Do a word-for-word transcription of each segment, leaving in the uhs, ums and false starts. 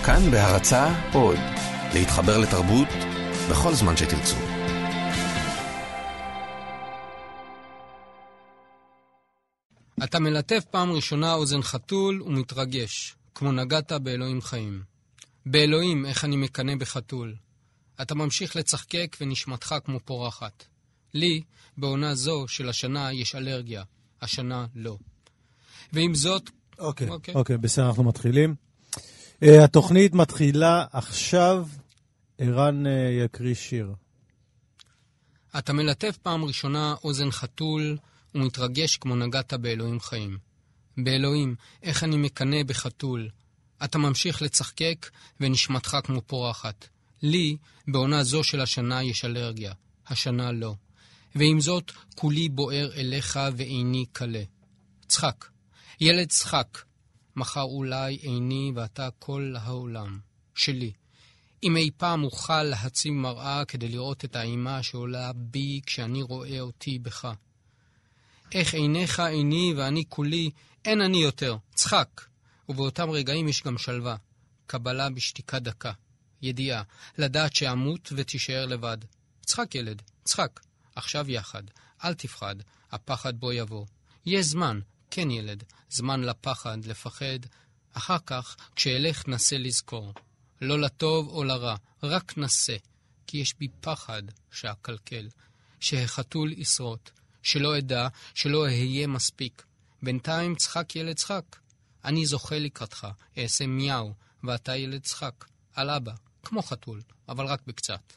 כאן בהרצאה עוד, להתחבר לתרבות בכל זמן שתרצו. אתה מלטף פעם ראשונה אוזן חתול ומתרגש, כמו נגעת באלוהים חיים. באלוהים, איך אני מקנה בחתול. אתה ממשיך לצחקק ונשמתך כמו פורחת. לי, בעונה זו של השנה יש אלרגיה, השנה לא. ועם זאת... אוקיי, אוקיי, אוקיי, בסדר, אנחנו מתחילים. Uh, התוכנית מתחילה עכשיו, ערן uh, יקריא שיר. אתה מלטף פעם ראשונה אוזן חתול ומתרגש כמו נגעת באלוהים חיים. באלוהים, איך אני מקנה בחתול. אתה ממשיך לצחקק ונשמתך כמו פורחת. לי, בעונה זו של השנה יש אלרגיה, השנה לא. ועם זאת, כולי בוער אליך ועיני קלה. צחק, ילד צחק. מחר אולי עיני ואתה כל העולם שלי. אם אי פעם אוכל להציב מראה כדי לראות את האימה שעולה בי כשאני רואה אותי בך. איך עיניך עיני ואני כולי, אין אני יותר, צחק. ובאותם רגעים יש גם שלווה, קבלה בשתיקה דקה, ידיעה, לדעת שעמות ותישאר לבד. צחק ילד, צחק, עכשיו יחד, אל תפחד, הפחד בו יבוא. יש זמן, כן ילד, זמן לפחד, לפחד. אחר כך, כשאלך נסה לזכור. לא לטוב או לרע, רק נסה. כי יש בי פחד שאקלקל. שהחתול ישרוט. שלא אדע, שלא אהיה מספיק. בינתיים צחק ילד צחק. אני זוכה לקראתך, אעשה מיהו, ואתה ילד צחק. על אבא, כמו חתול, אבל רק בקצת.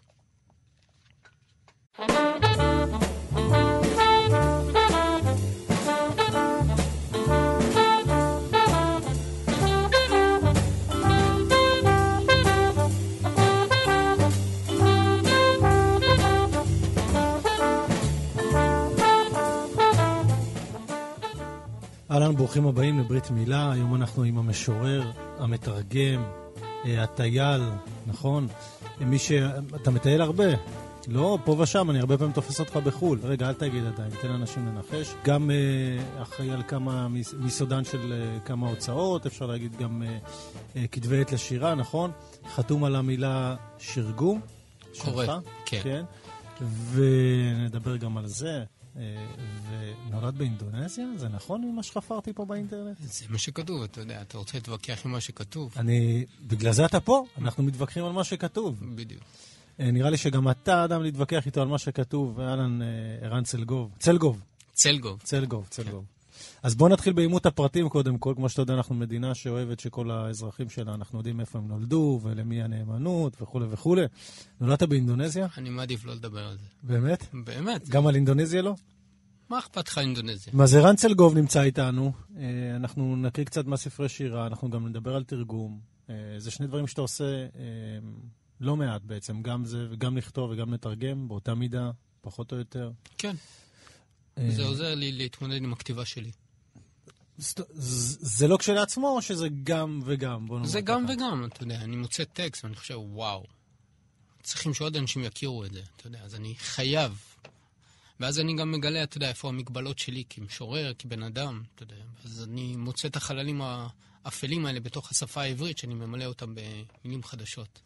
אהלן, ברוכים הבאים לברית מילה. היום אנחנו עם המשורר, המתרגם, הטייל, נכון? מי ש... אתה מטייל הרבה. לא, פה ושם, אני הרבה פעמים תופס אותך בחול. רגע, אל תגיד עדיין, תן אנשים לנחש. גם אה, אחראי על כמה, מסודן של אה, כמה הוצאות, אפשר להגיד גם אה, אה, כתבי עת לשירה, נכון? חתום על המילה שרגום. קורא, כן. כן. ונדבר גם על זה. ונולד באינדונזיה? זה נכון ממה שחפרתי פה באינטרנט? זה מה שכתוב, אתה יודע, אתה רוצה להתווכח עם מה שכתוב. אני, בגלל זה אתה פה, אנחנו מתווכחים על מה שכתוב. בדיוק. נראה לי שגם אתה אדם להתווכח איתו על מה שכתוב, אהלן, ערן צלגוב. צלגוב. צלגוב. צלגוב, צלגוב. אז בואו נתחיל באימות הפרטים קודם כל, כמו שאתה יודע, אנחנו מדינה שאוהבת שכל האזרחים שלה, אנחנו יודעים איפה הם נולדו, ולמי הנאמנות, וכו' וכו'. נולדת באינדונזיה? אני מעדיף לא לדבר על זה. באמת? באמת. גם על אינדונזיה לא? מה אכפת לך אינדונזיה? אז ערן צלגוב נמצא איתנו, אנחנו נקריא קצת מהספרי שירה, אנחנו גם נדבר על תרגום. זה שני דברים שאתה עושה לא מעט בעצם, גם זה וגם לכתוב וגם לתרגם, באותה מידה, פחות או יותר. כן. זה עוזר לי להתמודד עם הכתיבה שלי. זה לא כשלעצמו או שזה גם וגם? זה גם וגם, אתה יודע, אני מוצא טקסט ואני חושב, וואו, צריכים שעוד אנשים יכירו את זה, אתה יודע, אז אני חייב. ואז אני גם מגלה, אתה יודע, איפה המגבלות שלי כמשורר, כבן אדם, אתה יודע, אז אני מוצא את החללים האפלים האלה בתוך השפה העברית, שאני ממלא אותם במילים חדשות.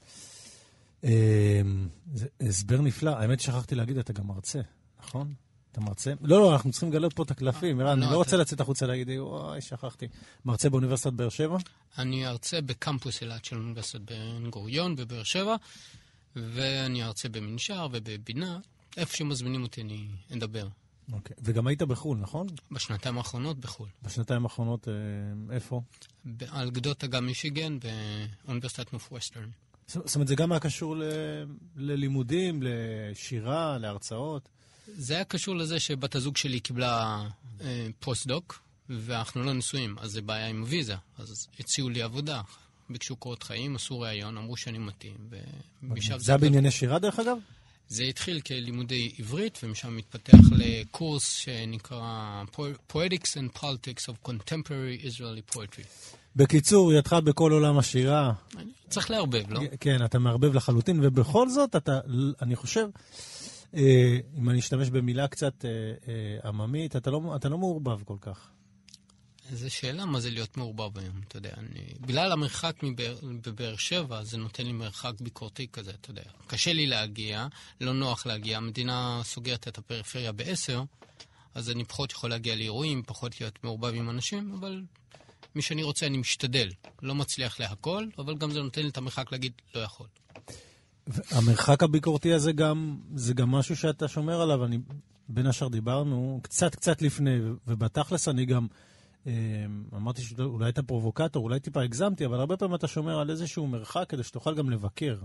הסבר נפלא, האמת שכחתי להגיד, אתה גם מרצה, נכון? אתה מרצה? לא, לא, אנחנו צריכים לגלות פה את הקלפים. אני לא רוצה לצאת החוצה להגיד, וואי, שכחתי. מרצה באוניברסיטת באר שבע? אני ארצה בקמפוס אילת של אוניברסיטת בן גוריון בבאר שבע, ואני ארצה במנשר ובבינה. איפה שמזמינים אותי אני אדבר. אוקיי. וגם היית בחול, נכון? בשנתיים האחרונות בחול. בשנתיים האחרונות איפה? על גדות אגם מישיגן באוניברסיטת נורת'ווסטרן. זאת אומרת, זה גם היה קשור ללימודים, לשירה, להרצאות? זה היה קשור לזה שבת הזוג שלי קיבלה אה, פוסט-דוק, ואנחנו לא נשואים, אז זה בעיה עם ויזה. אז הציעו לי עבודה, ביקשו קורות חיים, עשו ראיון, אמרו שאני מתאים. זה היה בענייני שירה דרך אגב? זה התחיל כלימודי עברית, ומשם מתפתח לקורס שנקרא Poetics and Politics of Contemporary Israeli Poetry. בקיצור, ידך בכל עולם השירה. צריך להרבב, לא? כן, אתה מערבב לחלוטין, ובכל זאת, אתה, אני חושב, אם אני אשתמש במילה קצת עממית, אתה לא, אתה לא מעורבב כל כך. זו שאלה מה זה להיות מעורבב היום, אתה יודע. אני, בגלל המרחק מבאר, בבאר שבע, זה נותן לי מרחק ביקורתי כזה, אתה יודע. קשה לי להגיע, לא נוח להגיע. המדינה סוגרת את הפריפריה בעשר, אז אני פחות יכול להגיע לאירועים, פחות להיות מעורבב עם אנשים, אבל מי שאני רוצה אני משתדל. לא מצליח להכל, אבל גם זה נותן לי את המרחק להגיד לא יכול. המרחק הביקורתי הזה גם, זה גם משהו שאתה שומר עליו. אני, בין השאר דיברנו, קצת קצת לפני, ובתכלס אני גם אמרתי שאולי אתה פרובוקטור, אולי טיפה הגזמתי, אבל הרבה פעמים אתה שומר על איזשהו מרחק כדי שתוכל גם לבקר.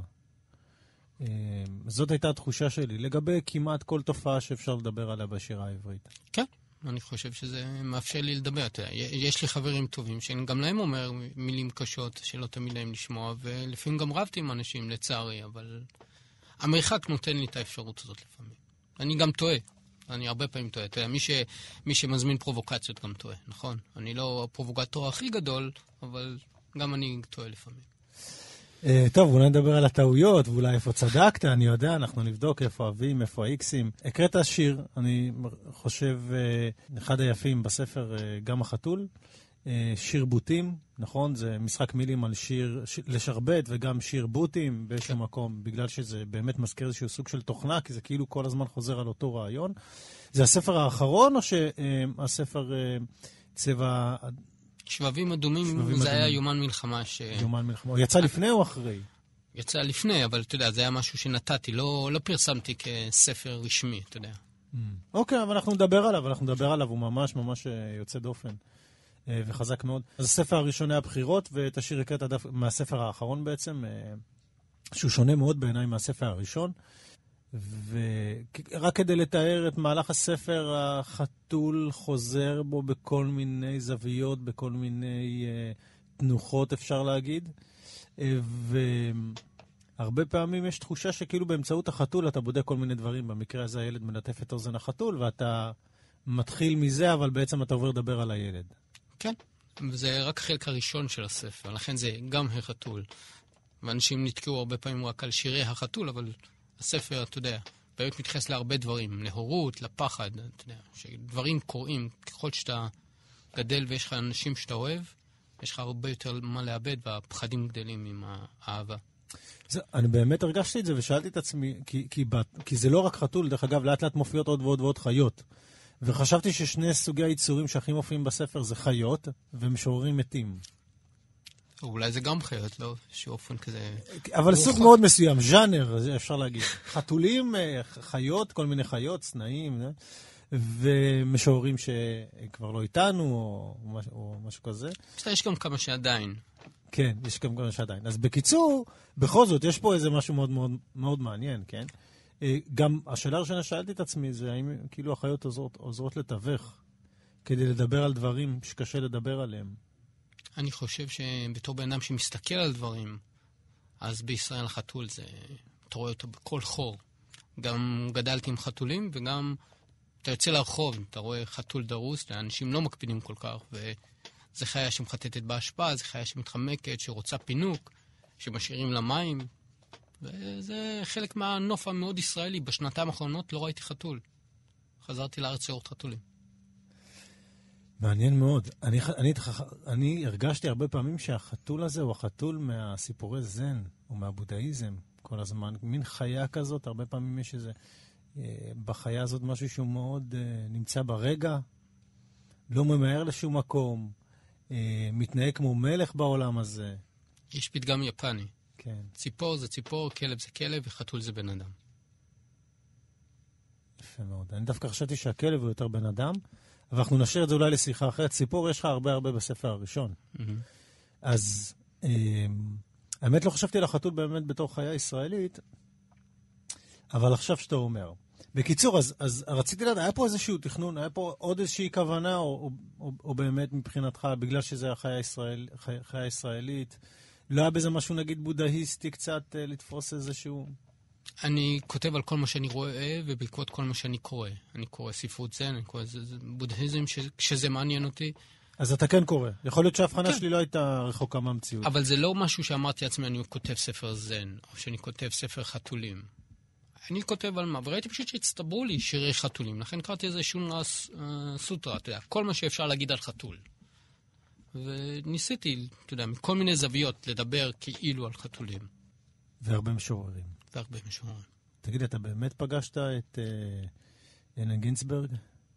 זאת הייתה התחושה שלי, לגבי כמעט כל תופעה שאפשר לדבר עליה בשירה העברית. כן, אני חושב שזה מאפשר לי לדבר. יש לי חברים טובים, שגם להם אומר מילים קשות, שלא תמיד להם לשמוע, ולפעמים גם רבתי עם אנשים, לצערי, אבל המרחק נותן לי את האפשרות הזאת לפעמים. אני גם טועה. אני הרבה פעמים טועה. אתה יודע, מי, ש, מי שמזמין פרובוקציות גם טועה, נכון? אני לא הפרובוקטור הכי גדול, אבל גם אני טועה לפעמים. Uh, טוב, אולי נדבר על הטעויות, ואולי איפה צדקת, אני יודע, אנחנו נבדוק איפה אבים, איפה האיקסים. הקראת שיר, אני חושב, uh, אחד היפים בספר, uh, גם החתול, uh, שיר בוטים, נכון? זה משחק מילים על שיר, ש... לשרבט וגם שיר בוטים באיזשהו כן. מקום, בגלל שזה באמת מזכיר איזשהו סוג של תוכנה, כי זה כאילו כל הזמן חוזר על אותו רעיון. זה הספר האחרון, או שהספר uh, uh, צבע... שבבים אדומים, זה היה יומן מלחמה ש... יומן מלחמה. יצא לפני או אחרי? יצא לפני, אבל אתה יודע, זה היה משהו שנתתי, לא, לא פרסמתי כספר רשמי, אתה יודע. אוקיי, אבל אנחנו נדבר עליו, אנחנו נדבר עליו, הוא ממש ממש יוצא דופן, וחזק מאוד. אז הספר הראשוני הבחירות, ואת השיר הקראת מהספר האחרון בעצם, שהוא שונה מאוד בעיניי מהספר הראשון, ורק כדי לתאר את מהלך הספר, החתול חוזר בו בכל מיני זוויות, בכל מיני uh, תנוחות אפשר להגיד, uh, והרבה פעמים יש תחושה שכאילו באמצעות החתול אתה בודק כל מיני דברים. במקרה הזה הילד מלטף את אוזן החתול ואתה מתחיל מזה, אבל בעצם אתה עובר לדבר על הילד. כן, וזה רק החלק הראשון של הספר, לכן זה גם החתול. ואנשים נתקעו הרבה פעמים רק על שירי החתול, אבל הספר, אתה יודע, באמת מתייחס להרבה דברים, להורות, לפחד, אתה יודע, שדברים קורים, ככל שאתה גדל ויש לך אנשים שאתה אוהב, יש לך הרבה יותר מה לאבד, והפחדים גדלים עם האהבה. זה, אני באמת הרגשתי את זה ושאלתי את עצמי, כי, כי, כי זה לא רק חתול, דרך אגב, לאט לאט מופיעות עוד ועוד ועוד חיות. וחשבתי ששני סוגי היצורים שהכי מופיעים בספר זה חיות ומשוררים מתים. אולי זה גם חיות, לא? שאופן כזה... אבל סוג ח... מאוד מסוים, ז'אנר, אפשר להגיד. חתולים, חיות, כל מיני חיות, צנאים, ומשוררים שכבר לא איתנו, או, או משהו כזה. יש גם כמה שעדיין. כן, יש גם כמה שעדיין. אז בקיצור, בכל זאת, יש פה איזה משהו מאוד מאוד, מאוד מעניין, כן? גם השאלה הראשונה שאלתי את עצמי, זה האם כאילו החיות עוזרות, עוזרות לתווך, כדי לדבר על דברים שקשה לדבר עליהם. אני חושב שבתור בן אדם שמסתכל על דברים, אז בישראל החתול זה, אתה רואה אותו בכל חור. גם גדלתי עם חתולים, וגם אתה יוצא לרחוב, אתה רואה חתול דרוס, אנשים לא מקפידים כל כך, וזה חיה שמחטטת בהשפעה, זה חיה שמתחמקת, שרוצה פינוק, שמשאירים לה מים, וזה חלק מהנוף המאוד ישראלי. בשנתיים האחרונות לא ראיתי חתול. חזרתי לארץ לראות חתולים. מעניין מאוד. אני, אני, אני הרגשתי הרבה פעמים שהחתול הזה הוא החתול מהסיפורי זן, או מהבודהיזם, כל הזמן. מין חיה כזאת, הרבה פעמים יש איזה, בחיה הזאת משהו שהוא מאוד נמצא ברגע, לא ממהר לשום מקום, מתנהג כמו מלך בעולם הזה. יש פתגם יפני. כן. ציפור זה ציפור, כלב זה כלב, וחתול זה בן אדם. יפה מאוד. אני דווקא חשבתי שהכלב הוא יותר בן אדם, אבל אנחנו נשאיר את זה אולי לשיחה אחרת. ציפור יש לך הרבה הרבה בספר הראשון. Mm-hmm. אז אה, האמת לא חשבתי על החתול באמת בתור חיה ישראלית, אבל עכשיו שאתה אומר. בקיצור, אז, אז רציתי לדעת, היה פה איזשהו תכנון, היה פה עוד איזושהי כוונה, או, או, או, או באמת מבחינתך, בגלל שזה החיה ישראל, חיה, חיה ישראלית, לא היה בזה משהו נגיד בודהיסטי קצת אה, לתפוס איזשהו... אני כותב על כל מה שאני רואה, ובעקבות כל מה שאני קורא. אני קורא ספרות זן, אני קורא בודהיזם, שזה מעניין אותי. אז אתה כן קורא. יכול להיות שההבחנה שלי לא הייתה רחוקה מהמציאות. אבל זה לא משהו שאמרתי לעצמי, אני כותב ספר זן, או שאני כותב ספר חתולים. אני כותב על מה, וראיתי פשוט שהצטברו לי שירי חתולים. לכן קראתי איזה שונה סוטרה, אתה יודע, כל מה שאפשר להגיד על חתול. וניסיתי, אתה יודע, מכל מיני זוויות לדבר כאילו על חתולים. והרבה משוררים. והרבה משוררים. תגיד, אתה באמת פגשת את אלן גינצברג?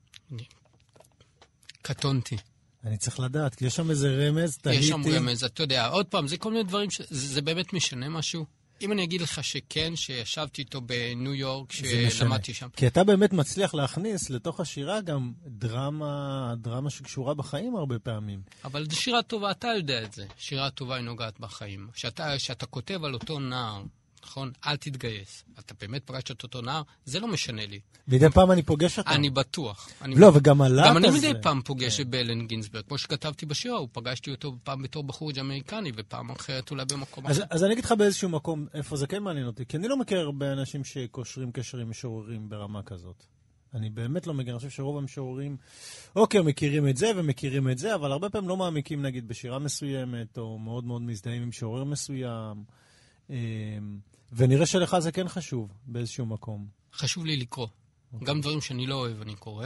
קטונתי. אני צריך לדעת, כי יש שם איזה רמז, תהיתי. יש שם רמז, אתה יודע, עוד פעם, זה כל מיני דברים, ש... זה, זה באמת משנה משהו. אם אני אגיד לך שכן, שישבתי איתו בניו יורק, שלמדתי שם. כי אתה באמת מצליח להכניס לתוך השירה גם דרמה, דרמה שקשורה בחיים הרבה פעמים. אבל שירה טובה, אתה יודע את זה. שירה טובה היא נוגעת בחיים. שאתה, שאתה כותב על אותו נער, נכון? אל תתגייס. אתה באמת פגשת את אותו נער, זה לא משנה לי. מדי פעם אני פוגש אותם. אני בטוח. אני לא, בטוח. וגם עלה גם כזה. אני מדי פעם פוגש את באלן גינצברג. כמו שכתבתי בשיר, הוא פגשתי אותו פעם בתור בחור ג'מייקני, ופעם אחרת אולי במקום אז, אחר. אז אני אגיד לך באיזשהו מקום איפה זה כן מעניין אותי, כי אני לא מכיר הרבה אנשים שקושרים קשר עם משוררים ברמה כזאת. אני באמת לא מכיר, אני חושב שרוב המשוררים, אוקיי, מכירים את זה ומכירים את זה, אבל הרבה פעמים לא מעמיקים, נגיד, בשירה מסוימת, או מאוד מאוד מזדהים עם משורר מסוים. ונראה שלך זה כן חשוב באיזשהו מקום. חשוב לי לקרוא. Okay. גם דברים שאני לא אוהב אני קורא.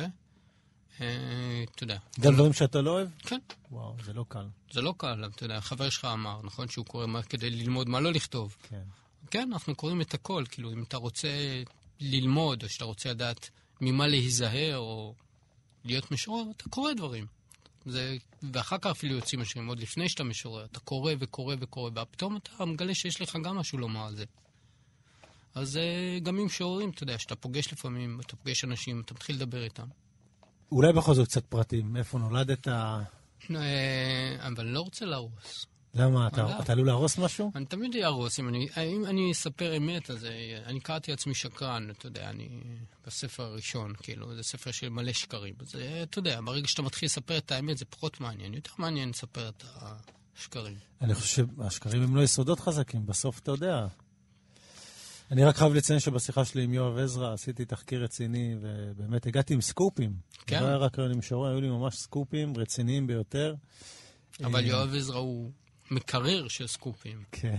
אה, אתה יודע. גם דברים שאתה לא אוהב? כן. וואו, זה לא קל. זה לא קל, אתה יודע. חבר שלך אמר, נכון, שהוא קורא מה כדי ללמוד מה לא לכתוב. כן. כן, אנחנו קוראים את הכל. כאילו, אם אתה רוצה ללמוד, או שאתה רוצה לדעת ממה להיזהר, או להיות משורר, אתה קורא דברים. זה, ואחר כך אפילו יוצאים משוררים, עוד לפני שאתה משורר. אתה קורא וקורא וקורא, ופתאום אתה מגלה שיש לך גם משהו לומר על זה. אז גם עם שוררים, אתה יודע, שאתה פוגש לפעמים, אתה פוגש אנשים, אתה מתחיל לדבר איתם. אולי בכל זאת קצת פרטים, איפה נולדת? אבל לא רוצה להרוס. למה? אתה, אתה עלול להרוס משהו? אני תמיד ארוס. אם אני, אם אני אספר אמת, אז אני קראתי עצמי שקרן, אתה יודע, אני בספר הראשון, כאילו, זה ספר של מלא שקרים. אז אתה יודע, ברגע שאתה מתחיל לספר את האמת, זה פחות מעניין. יותר מעניין לספר את השקרים. אני חושב שהשקרים הם לא יסודות חזקים, בסוף אתה יודע. אני רק חייב לציין שבשיחה שלי עם יואב עזרא עשיתי תחקיר רציני, ובאמת הגעתי עם סקופים. כן. לא היה רק עם שורר, היו לי ממש סקופים רציניים ביותר. אבל יואב עזרא הוא מקרר של סקופים. כן.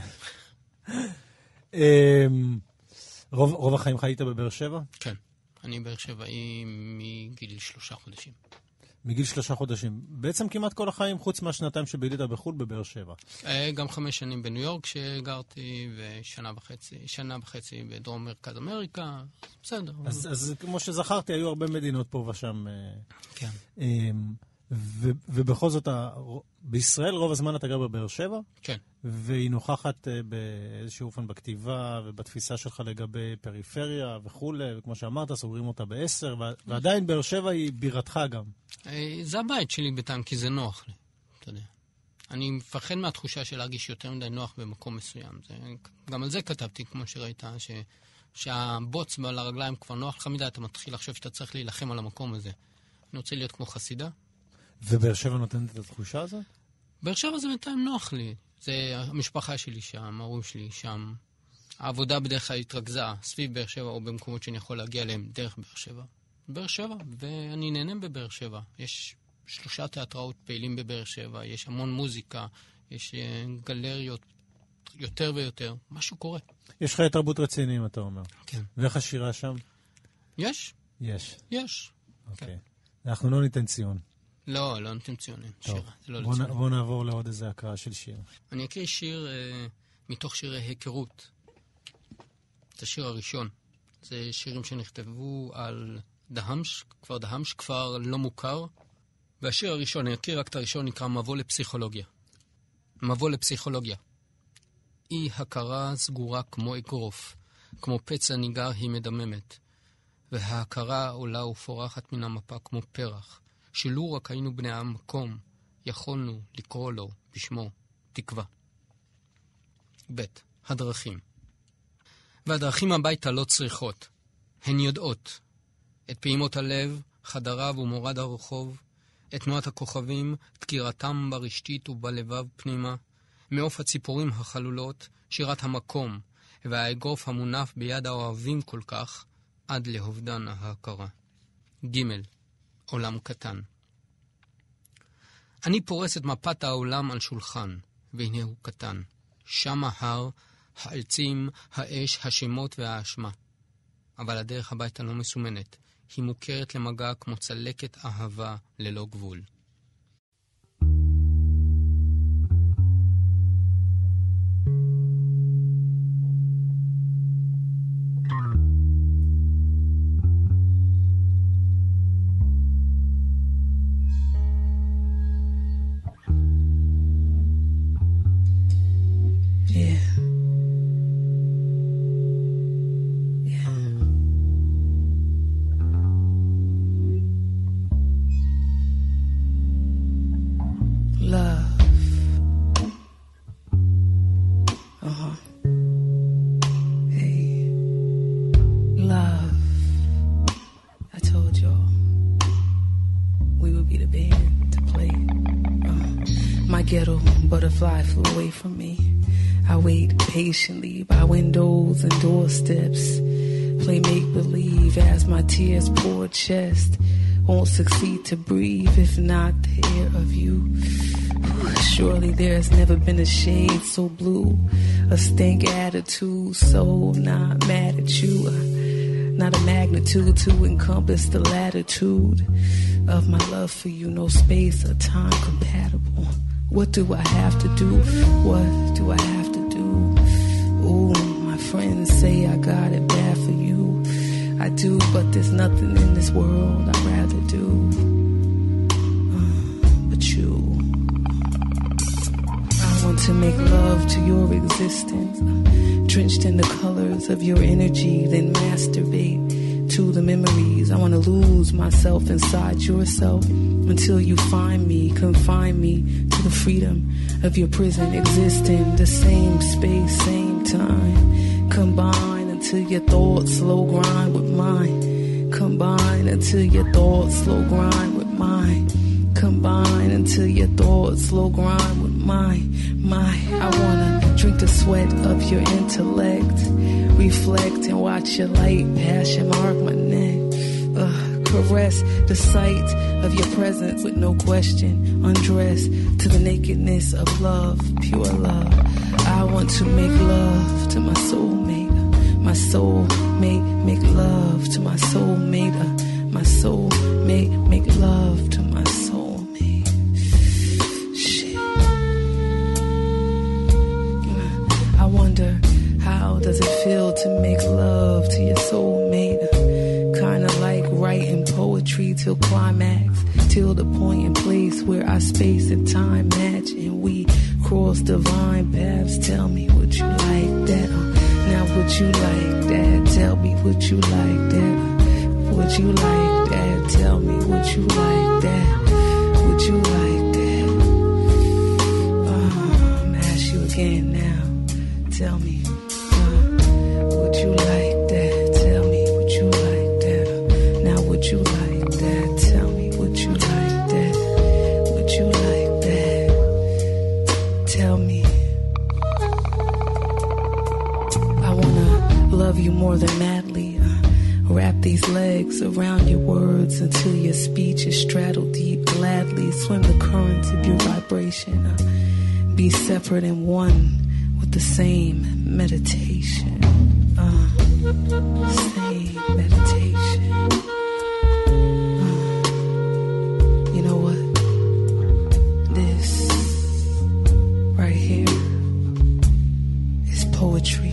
רוב, רוב החיים חיית בבאר שבע? כן. אני באר שבעי מגיל שלושה חודשים. מגיל שלושה חודשים. בעצם כמעט כל החיים, חוץ מהשנתיים שבילית בחו"ל בבאר שבע. גם חמש שנים בניו יורק שגרתי, ושנה וחצי, שנה וחצי בדרום מרכז אמריקה. בסדר. אז, אז כמו שזכרתי, היו הרבה מדינות פה ושם. כן. ו, ובכל זאת, בישראל רוב הזמן אתה גר בבאר שבע? כן. והיא נוכחת באיזשהו אופן בכתיבה ובתפיסה שלך לגבי פריפריה וכו', וכמו שאמרת, סוגרים אותה בעשר, ועדיין באר שבע היא בירתך גם. זה הבית שלי בינתיים, כי זה נוח לי, אתה יודע. אני מפחד מהתחושה של להרגיש יותר מדי נוח במקום מסוים. זה, גם על זה כתבתי, כמו שראית, ש, שהבוץ על הרגליים כבר נוח לך מדי, אתה מתחיל לחשוב שאתה צריך להילחם על המקום הזה. אני רוצה להיות כמו חסידה. ובאר שבע נותנת את התחושה הזאת? באר שבע זה בינתיים נוח לי. זה המשפחה שלי שם, ההורים שלי שם. העבודה בדרך כלל התרכזה סביב באר שבע או במקומות שאני יכול להגיע אליהם דרך באר שבע. באר שבע, ואני נהנה בבאר שבע. יש שלושה תיאטראות פעילים בבאר שבע, יש המון מוזיקה, יש גלריות יותר ויותר. משהו קורה. יש חיי תרבות רציניים, אתה אומר. כן. ואיך השירה שם? יש. יש. יש. אוקיי. כן. אנחנו לא ניתן ציון. לא, לא נותנים ציונים. טוב, שירה, זה לא בוא, לציונים. נ, בוא נעבור לעוד איזה הקראה של שיר. אני אקריא שיר אה, מתוך שירי היכרות. זה השיר הראשון. זה שירים שנכתבו על דהמש, כפר דהמש, כפר לא מוכר. והשיר הראשון, אני אקריא רק את הראשון, נקרא מבוא לפסיכולוגיה. מבוא לפסיכולוגיה. אי הכרה סגורה כמו אגרוף, כמו פצע ניגר היא מדממת. וההכרה עולה ופורחת מן המפה כמו פרח. שלו רק היינו בני המקום, יכולנו לקרוא לו בשמו תקווה. ב' הדרכים. והדרכים הביתה לא צריכות. הן יודעות. את פעימות הלב, חדריו ומורד הרחוב, את תנועת הכוכבים, תקירתם ברשתית ובלבב פנימה, מעוף הציפורים החלולות, שירת המקום, והאגרוף המונף ביד האוהבים כל כך, עד להובדן ההכרה. ג' עולם קטן. אני פורס את מפת העולם על שולחן, והנה הוא קטן. שם ההר, העצים, האש, השמות והאשמה. אבל הדרך הביתה לא מסומנת. היא מוכרת למגע כמו צלקת אהבה ללא גבול. Uh-huh. Hey, love. I told y'all we would be the band to play. Uh, my ghetto butterfly flew away from me. I wait patiently by windows and doorsteps. Play make-believe as my tears pour chest. Won't succeed to breathe if not the air of you. Surely there's never been a shade so blue. A stink attitude, so not mad at you. Not a magnitude to encompass the latitude of my love for you. No space or time compatible. What do I have to do? What do I have to do? Ooh, my friends say I got it bad for you. I do, but there's nothing in this world I'd rather do uh, but you. I want to make love to your existence, drenched in the colors of your energy, then masturbate to the memories. I want to lose myself inside yourself until you find me, confine me to the freedom of your prison, existing the same space, same time. Combine until your thoughts slow grind with mine. Combine until your thoughts slow grind with mine. Combine until your thoughts slow grind with mine. My, I wanna drink the sweat of your intellect, reflect and watch your light passion mark my neck. Ugh, caress the sight of your presence with no question. Undress to the nakedness of love, pure love. I want to make love to my soulmate. My soulmate, make love to my soulmate. Uh, my soulmate, make love to my soulmate. Shit. I wonder, how does it feel to make love to your soulmate? Kinda like writing poetry till climax, till the point and place where our space and time match and we cross divine paths. Tell me, would you like that? Uh, now would you like that? Tell me, would you like that? Would you like that? Tell me, would you like that? Would you like that? Uh, I'm ask you again now. Tell me, uh, would you like that? Tell me, would you like that? Now would you like that? Tell me, would you like that? Would you like that? Tell me. I wanna love you more than madly. Uh, wrap these legs around your words until your speech is straddled deep. Gladly swim the currents of your vibration. Uh, be separate and one with the same meditation. Uh, same meditation. Uh, you know what? This right here is poetry.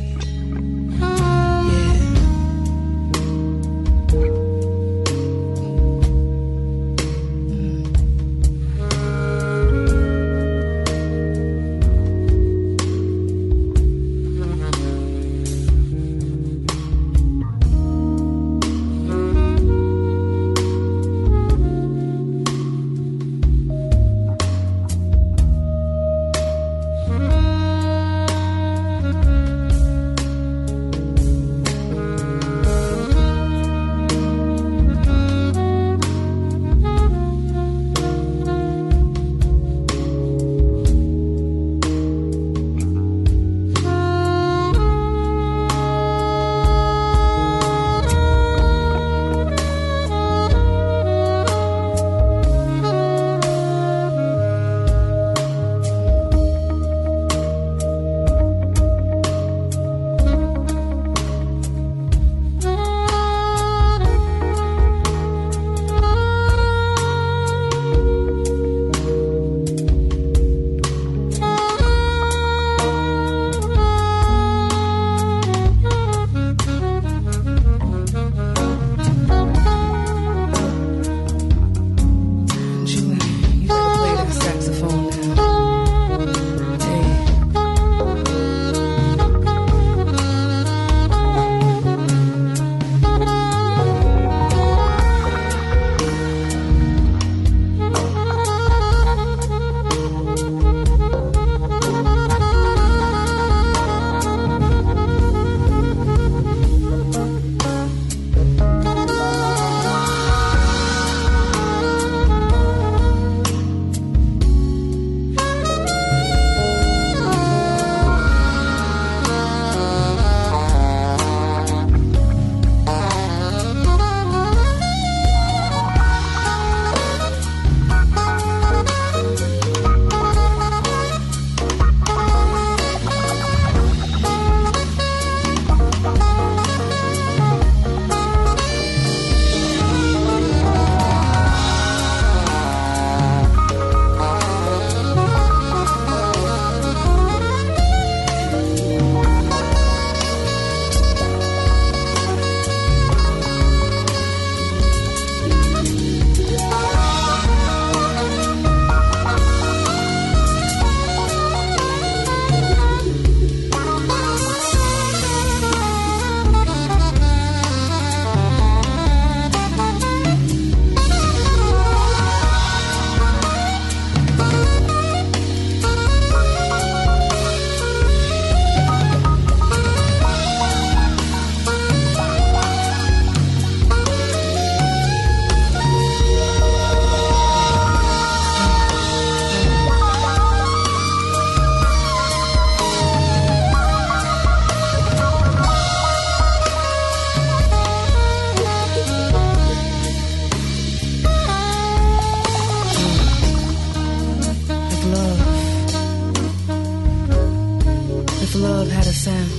if love had a sound,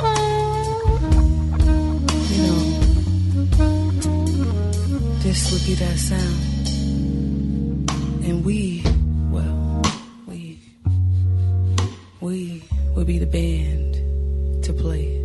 you know, this would be that sound. And we, well, we, we would be the band to play it.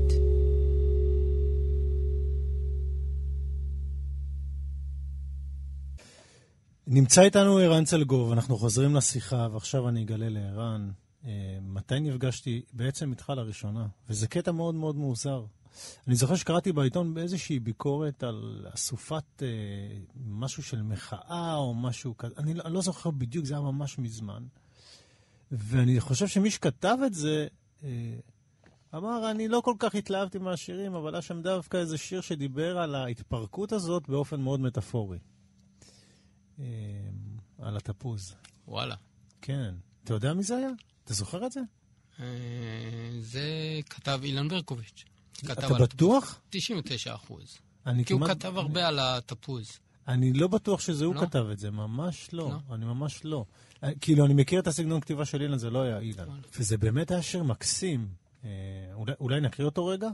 נמצא איתנו ערן צלגוב, אנחנו חוזרים לשיחה, ועכשיו אני אגלה לערן, אה, מתי נפגשתי בעצם איתך לראשונה, וזה קטע מאוד מאוד מוזר. אני זוכר שקראתי בעיתון באיזושהי ביקורת על אסופת אה, משהו של מחאה או משהו כזה, אני לא, אני לא זוכר בדיוק, זה היה ממש מזמן. ואני חושב שמי שכתב את זה, אה, אמר, אני לא כל כך התלהבתי מהשירים, אבל היה שם דווקא איזה שיר שדיבר על ההתפרקות הזאת באופן מאוד מטאפורי. על התפוז. וואלה. כן. אתה יודע מי זה היה? אתה זוכר את זה? זה כתב אילן ברקוביץ'. אתה בטוח? תשעים ותשעה אחוז. כי הוא כתב הרבה על התפוז. אני לא בטוח שזה הוא כתב את זה, ממש לא. אני ממש לא. כאילו, אני מכיר את הסגנון כתיבה של אילן, זה לא היה אילן. וזה באמת היה שיר מקסים. אולי נקריא אותו רגע?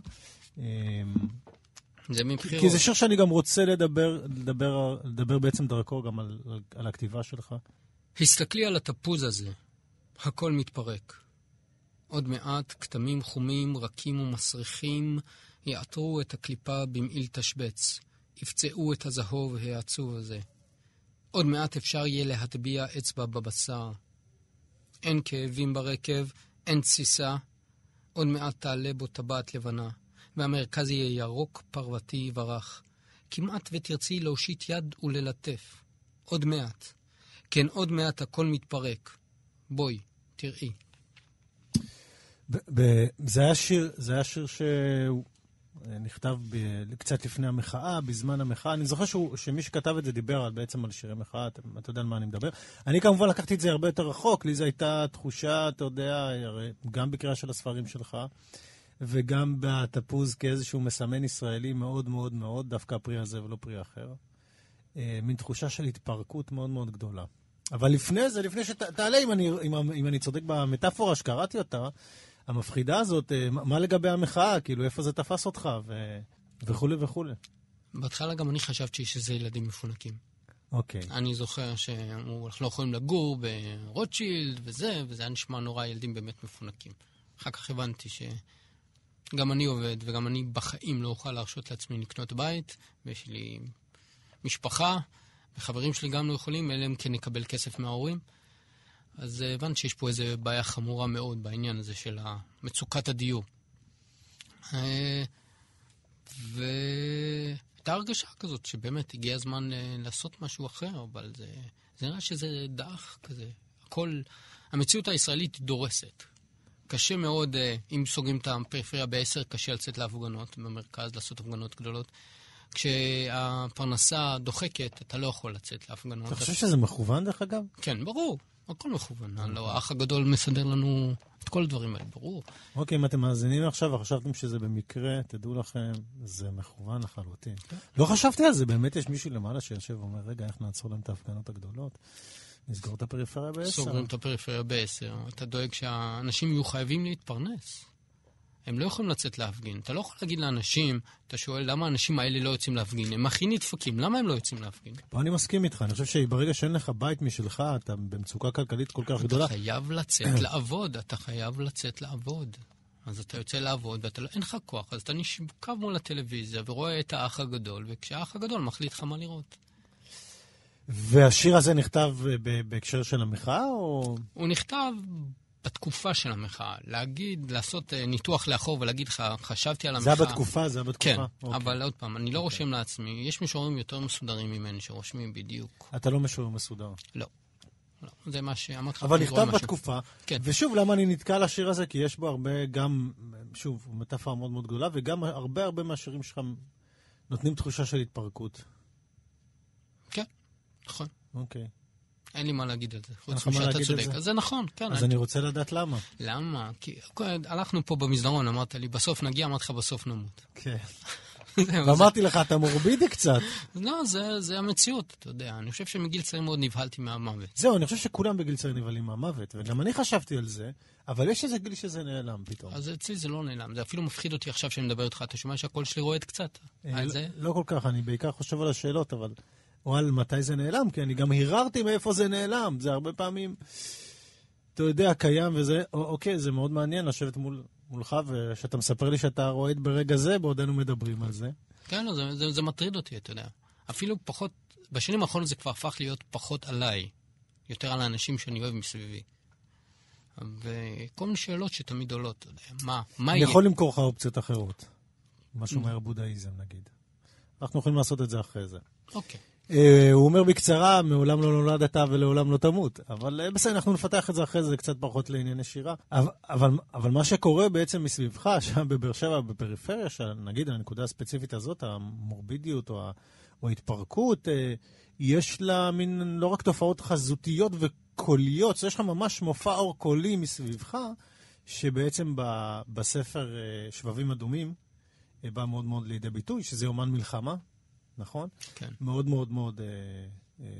זה מבחירות. כי זה שיר שאני גם רוצה לדבר, לדבר, לדבר בעצם דרכו גם על, על, על הכתיבה שלך. הסתכלי על התפוז הזה. הכל מתפרק. עוד מעט כתמים חומים, רכים ומסריחים, יעטרו את הקליפה במעיל תשבץ. יפצעו את הזהוב העצוב הזה. עוד מעט אפשר יהיה להטביע אצבע בבשר. אין כאבים ברקב, אין תסיסה. עוד מעט תעלה בו טבעת לבנה. והמרכז יהיה ירוק, פרוותי ורח. כמעט ותרצי להושיט יד וללטף. עוד מעט. כן, עוד מעט הכל מתפרק. בואי, תראי. זה היה שיר, זה היה שיר שנכתב קצת לפני המחאה, בזמן המחאה. אני זוכר שמי שכתב את זה דיבר על, בעצם על שירי מחאה, אתה יודע על מה אני מדבר. אני כמובן לקחתי את זה הרבה יותר רחוק, לי זו הייתה תחושה, אתה יודע, גם בקריאה של הספרים שלך, וגם בתפוז כאיזשהו מסמן ישראלי מאוד מאוד מאוד, דווקא הפרי הזה ולא פרי אחר. מין תחושה של התפרקות מאוד מאוד גדולה. אבל לפני זה, לפני שתעלה, אם אני, אם, אם אני צודק במטאפורה שקראתי אותה, המפחידה הזאת, מה לגבי המחאה? כאילו, איפה זה תפס אותך? ו... וכו' וכו'. בהתחלה גם אני חשבתי שזה ילדים מפונקים. אוקיי. אני זוכר שאנחנו לא יכולים לגור ברוטשילד וזה, וזה היה נשמע נורא ילדים באמת מפונקים. אחר כך הבנתי שגם אני עובד, וגם אני בחיים לא אוכל להרשות לעצמי לקנות בית, ויש לי משפחה, וחברים שלי גם לא יכולים, אלא הם כן נקבל כסף מההורים. אז הבנת שיש פה איזו בעיה חמורה מאוד בעניין הזה של מצוקת הדיור. והייתה הרגשה כזאת שבאמת הגיע הזמן לעשות משהו אחר, אבל זה, זה נראה שזה דח כזה. הכל, המציאות הישראלית דורסת. קשה מאוד, אם סוגרים את הפריפריה בעשר, קשה לצאת להפגנות במרכז, לעשות הפגנות גדולות. כשהפרנסה דוחקת, אתה לא יכול לצאת להפגנות. אתה חושב שזה מכוון דרך אגב? כן, ברור. הכל מכוון. האח הגדול מסדר לנו את כל הדברים האלה, ברור. אוקיי, אם אתם מאזינים עכשיו וחשבתם שזה במקרה, תדעו לכם, זה מכוון לחלוטין. לא חשבתי על זה, באמת יש מישהו למעלה שיושב ואומר, רגע, איך נעצור להם את ההפגנות הגדולות? נסגור את הפריפריה בעשר. סוגרים את הפריפריה בעשר. אתה דואג שהאנשים יהיו חייבים להתפרנס. הם לא יכולים לצאת להפגין. אתה לא יכול להגיד לאנשים, אתה שואל למה האנשים האלה לא יוצאים להפגין. הם הכי נדפקים, למה הם לא יוצאים להפגין? פה אני מסכים איתך. אני חושב שברגע שאין לך בית משלך, אתה במצוקה כלכלית כל כך גדולה. אתה חייב לצאת לעבוד, אתה חייב לצאת לעבוד. אז אתה יוצא לעבוד, ואין לך כוח, אז אתה נשכב מול הטלוויזיה ורואה את האח הגדול, וכשהאח הגדול מחליט לך מה לראות. והשיר הזה נכתב בהקשר של המחאה, או...? הוא נכתב בתקופה של המחאה. להגיד, לעשות ניתוח לאחור ולהגיד לך, חשבתי על המחאה. זה בתקופה, זה בתקופה. כן, אוקיי. אבל עוד פעם, אני לא רושם לעצמי. יש משוררים יותר מסודרים ממני שרושמים בדיוק. אתה לא משורר מסודר. לא. לא. זה מה שאמרת לך. אבל נכתב בתקופה. כן. ושוב, למה אני נתקע על השיר הזה? כי יש בו הרבה גם, שוב, מטאפורה מאוד מאוד גדולה, וגם הרבה הרבה מהשירים שלך נותנים תחושה של התפרקות. כן, נכון. אוקיי. אין לי מה להגיד על זה, חוץ משאתה צודק. אז זה נכון, כן. אז אני רוצה לדעת למה. למה? כי הלכנו פה במסדרון, אמרת לי, בסוף נגיע, אמרת לך, בסוף נמות. כן. ואמרתי לך, אתה מורבידי קצת. לא, זה, זה המציאות, אתה יודע. אני חושב שמגיל צעיר מאוד נבהלתי מהמוות. זהו, אני חושב שכולם בגיל צעיר נבהלים מהמוות, וגם אני חשבתי על זה, אבל יש איזה גיל שזה נעלם פתאום. אז אצלי זה לא נעלם, זה אפילו מפחיד אותי עכשיו שאני מדבר איתך, אתה שומע שהקול שלי רועד קצת. על זה? לא כל כך, אני בעיקר חושב על השאלות, אבל... או על מתי זה נעלם, כי אני גם הררתי מאיפה זה נעלם. זה הרבה פעמים, אתה יודע, קיים וזה, אוקיי, זה מאוד מעניין לשבת מול, מולך, ושאתה מספר לי שאתה רועד ברגע זה, בעודנו מדברים על זה. כן, לא, זה, זה, זה מטריד אותי, אתה יודע. אפילו פחות, בשנים האחרונות זה כבר הפך להיות פחות עליי, יותר על האנשים שאני אוהב מסביבי. וכל מיני שאלות שתמיד עולות, אתה יודע, מה, מה אני יהיה? יכול למכור לך אופציות אחרות. מה שאומר בודהיזם, נגיד. אנחנו יכולים לעשות את זה אחרי זה. אוקיי. הוא אומר בקצרה, מעולם לא נולדת ולעולם לא תמות. אבל בסדר, אנחנו נפתח את זה אחרי זה, קצת פחות לענייני שירה. אבל, אבל, אבל מה שקורה בעצם מסביבך, שם בבאר שבע, בפריפריה, נגיד, הנקודה הספציפית הזאת, המורבידיות או, או ההתפרקות, יש לה מין לא רק תופעות חזותיות וקוליות, יש לך ממש מופע אור קולי מסביבך, שבעצם ב, בספר שבבים אדומים, בא מאוד מאוד לידי ביטוי, שזה יומן מלחמה. נכון? כן. מאוד מאוד מאוד, אה, אה,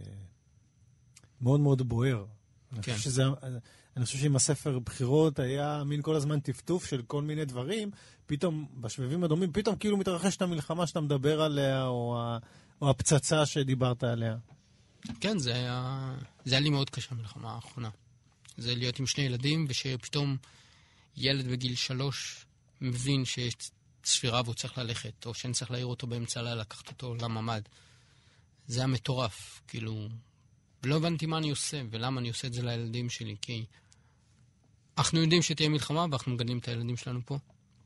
מאוד מאוד בוער. כן. אני חושב שזה, אני חושב שעם הספר בחירות היה מין כל הזמן טפטוף של כל מיני דברים, פתאום בשבבים הדומים, פתאום כאילו מתרחש את המלחמה שאתה מדבר עליה, או, ה, או הפצצה שדיברת עליה. כן, זה היה, זה היה לי מאוד קשה המלחמה האחרונה. זה להיות עם שני ילדים, ושפתאום ילד בגיל שלוש מבין שיש ספירה והוא צריך ללכת, או שאני צריך להעיר אותו באמצע הלילה, לקחת אותו לממד. זה היה מטורף, כאילו, לא הבנתי מה אני עושה, ולמה אני עושה את זה לילדים שלי, כי אנחנו יודעים שתהיה מלחמה, ואנחנו מגדלים את הילדים שלנו פה.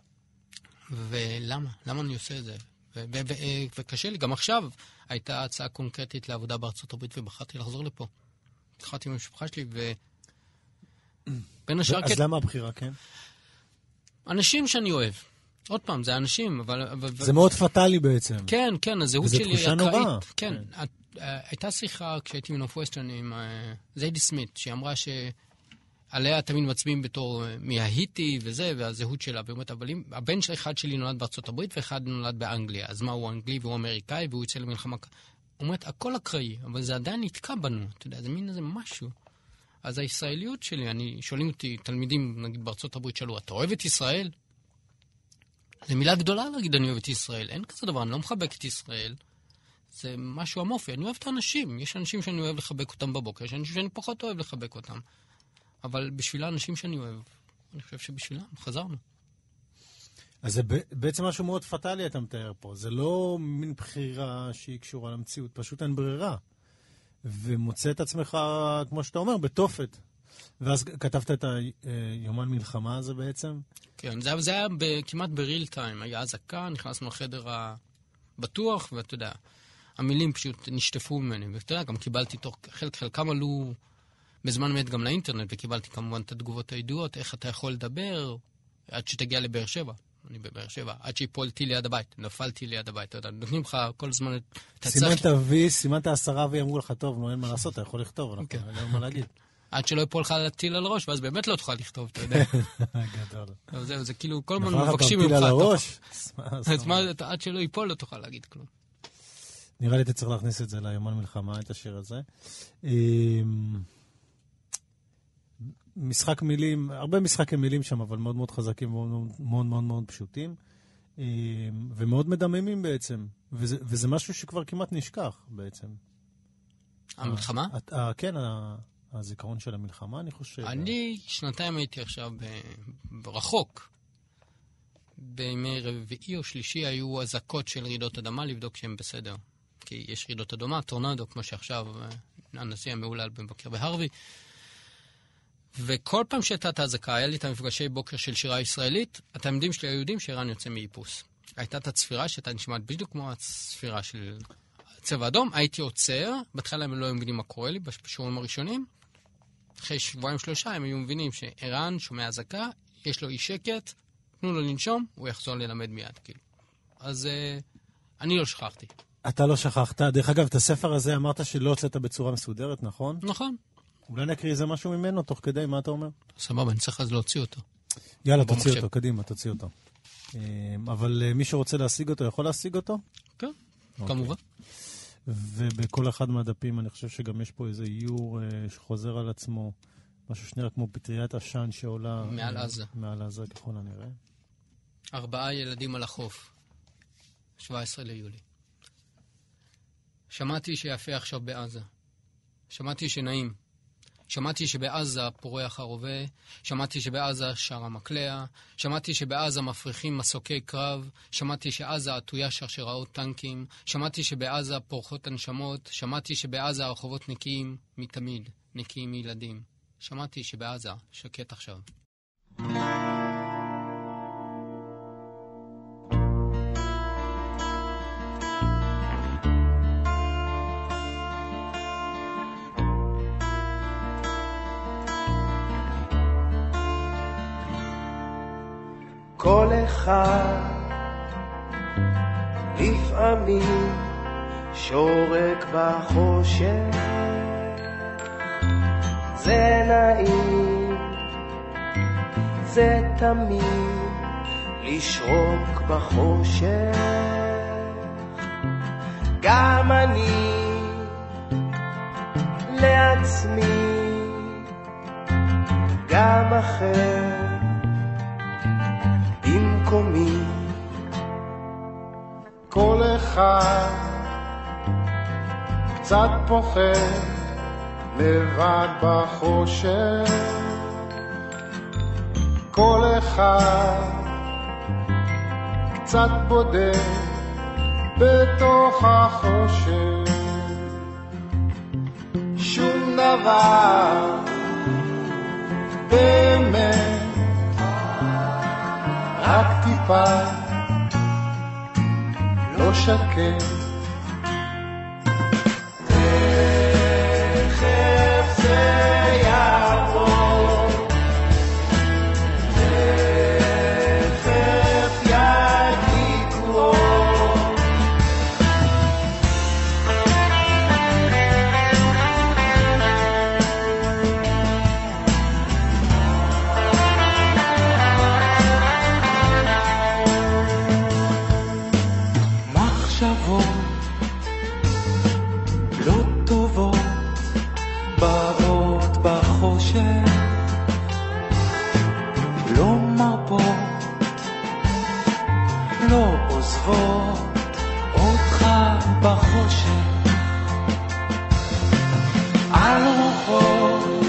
ולמה? למה אני עושה את זה? ו- ו- ו- וקשה לי, גם עכשיו הייתה הצעה קונקרטית לעבודה בארצות הברית, ובחרתי לחזור לפה. התחלתי עם המשפחה שלי, ו... בין השאר... אז למה הבחירה, כן? אנשים שאני אוהב. עוד פעם, זה אנשים, אבל... זה מאוד פטלי בעצם. כן, כן, הזהות שלי... וזו תחושה נוראה. כן, הייתה שיחה כשהייתי מנופווסטרן עם זיידי סמית, שהיא אמרה שעליה תמיד מצביעים בתור מההיטי וזה, והזהות שלה, ואומרת, אבל אם הבן של אחד שלי נולד בארצות הברית, ואחד נולד באנגליה, אז מה, הוא אנגלי והוא אמריקאי, והוא יצא למלחמה... אומרת, הכל אקראי, אבל זה עדיין נתקע בנו, אתה יודע, זה מין איזה משהו. אז הישראליות שלי, אני, שואלים אותי, תלמידים, נגיד בארצות הברית, שאלו, אתה אוהב את ישראל? זו מילה גדולה להגיד, אני אוהב את ישראל. אין כזה דבר, אני לא מחבק את ישראל. זה משהו אמורפי. אני אוהב את האנשים. יש אנשים שאני אוהב לחבק אותם בבוקר, יש אנשים שאני פחות אוהב לחבק אותם. אבל בשביל האנשים שאני אוהב, אני חושב שבשבילם חזרנו. אז זה בעצם משהו מאוד פטלי אתה מתאר פה. זה לא מין בחירה שהיא קשורה למציאות, פשוט אין ברירה. ומוצא את עצמך, כמו שאתה אומר, בתופת. ואז כתבת את היומן מלחמה הזה בעצם? כן, זה, זה היה ב, כמעט בריל טיים. היה אזעקה, נכנסנו לחדר הבטוח, ואתה יודע, המילים פשוט נשטפו ממני. ואתה יודע, גם קיבלתי תוך, חלק, חלקם עלו בזמן אמת גם לאינטרנט, וקיבלתי כמובן את התגובות הידועות, איך אתה יכול לדבר עד שתגיע לבאר שבע. אני בבאר שבע, עד שהפולתי ליד הבית, נפלתי ליד הבית, אתה יודע, נותנים לך כל הזמן את הצלחת. סימנת וי, סימנת עשרה ויאמרו לך, טוב, נו, אין מה לעשות, אתה יכול לכתוב, אנחנו אין מה להגיד. עד שלא יפול לך להטיל על הראש, ואז באמת לא תוכל לכתוב, אתה יודע. גדול. זהו, זה כאילו, כל הזמן מבקשים ממך. נפל לך פעם טיל על הראש? עד שלא ייפול לא תוכל להגיד כלום. נראה לי אתה צריך להכניס את זה ליומן מלחמה, את השיר הזה. משחק מילים, הרבה משחקי מילים שם, אבל מאוד מאוד חזקים, מאוד מאוד מאוד פשוטים, ומאוד מדממים בעצם. וזה, וזה משהו שכבר כמעט נשכח בעצם. המלחמה? כן, הזיכרון של המלחמה, אני חושב. אני שנתיים הייתי עכשיו ברחוק. בימי רביעי או שלישי היו אזעקות של רעידות אדמה, לבדוק שהם בסדר. כי יש רעידות אדמה, טורנדו, כמו שעכשיו הנשיא המעולל במבקר בהרווי. וכל פעם שהייתה את האזעקה, היה לי את המפגשי בוקר של שירה ישראלית, התלמידים שלי היהודים שאיראן יוצא מאיפוס. הייתה את הצפירה שהייתה נשמעת בדיוק כמו הצפירה של צבע אדום, הייתי עוצר, בהתחלה הם לא היו מבינים מה קורה לי, בשיעורים הראשונים, אחרי שבועיים שלושה הם היו מבינים שאיראן שומע אזעקה, יש לו אי שקט, תנו לו לנשום, הוא יחזור ללמד מיד, כאילו. אז אני לא שכחתי. אתה לא שכחת. דרך אגב, את הספר הזה אמרת שלא הוצאת בצורה מסודרת, נכון? נכון. אולי נקריא איזה משהו ממנו תוך כדי, מה אתה אומר? סבבה, אני צריך אז להוציא אותו. יאללה, תוציא אותו, קדימה, תוציא אותו. אבל מי שרוצה להשיג אותו, יכול להשיג אותו? כן, כמובן. ובכל אחד מהדפים אני חושב שגם יש פה איזה איור שחוזר על עצמו, משהו שנראה כמו פטריית עשן שעולה... מעל עזה. מעל עזה, ככל הנראה. ארבעה ילדים על החוף, שבעה עשר ליולי. שמעתי שיפה עכשיו בעזה. שמעתי שנעים. שמעתי שבעזה פורח הרובה. שמעתי שבעזה שר המקלע. שמעתי שבעזה מפריחים מסוקי קרב. שמעתי שעזה עטויה שרשראות טנקים. שמעתי שבעזה פורחות הנשמות. שמעתי שבעזה הרחובות נקיים מתמיד, נקיים מילדים. שמעתי שבעזה שקט עכשיו. כל אחד לפעמים שורק בחושך, זה נעים, זה תמיד לשרוק בחושך. גם אני לעצמי, גם אחר במקומי. כל אחד קצת פוחד לבד בחושך, כל אחד קצת בודד בתוך החושך. שום דבר באמת, רק טיפה לא שקט. תכף זה יעבור, תכף ידליקו אור. מחשבות לא טובות באות בחושך, לא מרפות, לא עוזבות אותך בחושך. על רוחות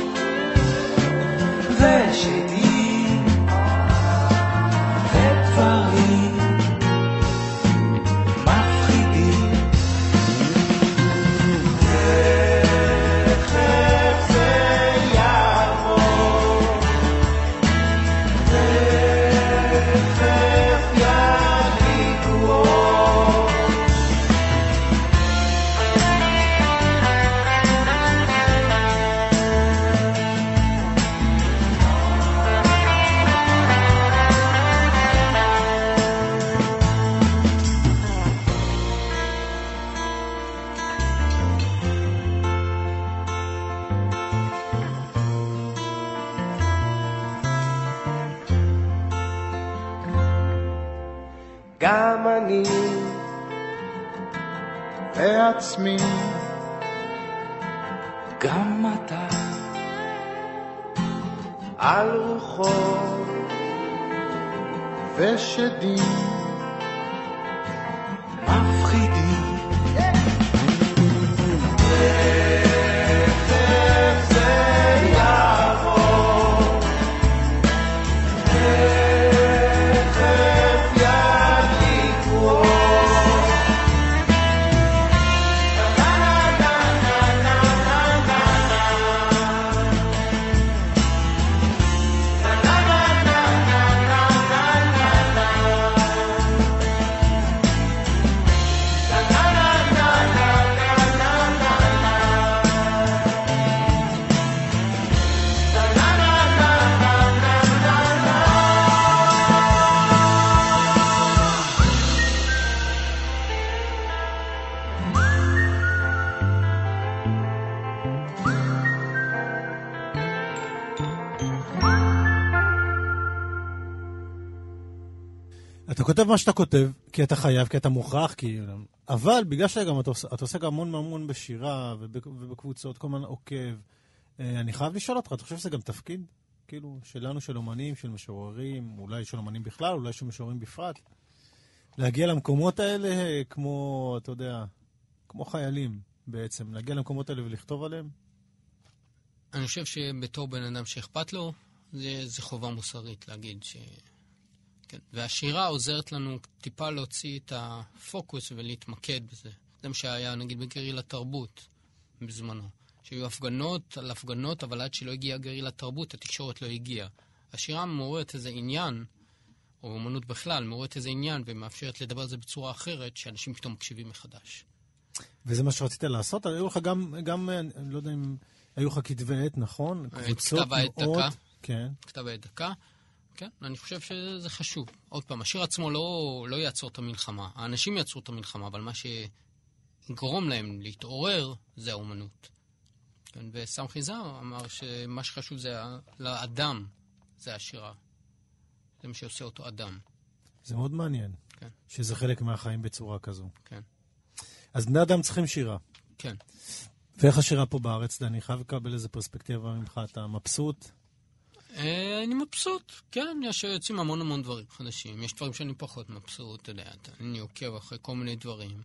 ושדים ודברים מפחידים. תכף זה יעבור, תכף ידליקו אור. גם אני לעצמי, גם אתה על רוחות ושדים מפחידים. תכף זה יעבור, תכף ידליקו אור. נה נה נה נה נה נה נה נה נה נה נה נה נה נה. אתה כותב מה שאתה כותב, כי אתה חייב, כי אתה מוכרח, כי... אבל בגלל שגם אתה עושה, אתה עושה גם המון המון בשירה ובקבוצות, כל הזמן עוקב. אני חייב לשאול אותך, אתה חושב שזה גם תפקיד? כאילו, שלנו, של אומנים, של משוררים, אולי של אומנים בכלל, אולי של משוררים בפרט. להגיע למקומות האלה כמו, אתה יודע, כמו חיילים בעצם. להגיע למקומות האלה ולכתוב עליהם? אני חושב שבתור בן אדם שאכפת לו, זה, זה חובה מוסרית להגיד ש... כן. והשירה עוזרת לנו טיפה להוציא את הפוקוס ולהתמקד בזה. זה מה שהיה, נגיד, בגריל התרבות בזמנו. שהיו הפגנות על הפגנות, אבל עד שלא הגיע גריל התרבות, התקשורת לא הגיעה. השירה מעוררת איזה עניין, או אמנות בכלל, מעוררת איזה עניין, ומאפשרת לדבר על זה בצורה אחרת, שאנשים פתאום מקשיבים מחדש. וזה מה שרצית לעשות? היו לך גם, גם, אני לא יודע אם... היו לך כתבי עת, נכון? כתב העת דקה. כן. כתב העת דקה. כן, אני חושב שזה חשוב. עוד פעם, השיר עצמו לא, לא יעצור את המלחמה. האנשים יעצרו את המלחמה, אבל מה שיגרום להם להתעורר זה האומנות. כן, וסם חיזר אמר שמה שחשוב זה לאדם, זה השירה. זה מה שעושה אותו אדם. זה מאוד מעניין. כן. שזה חלק מהחיים בצורה כזו. כן. אז בני אדם צריכים שירה. כן. ואיך השירה פה בארץ, דני? חייב לקבל איזה פרספקטיבה ממך. אתה מבסוט? אני מבסוט, כן. יש יוצאים המון המון דברים חדשים. יש דברים שאני פחות מבסוט, אתה יודע. אני עוקב אחרי כל מיני דברים.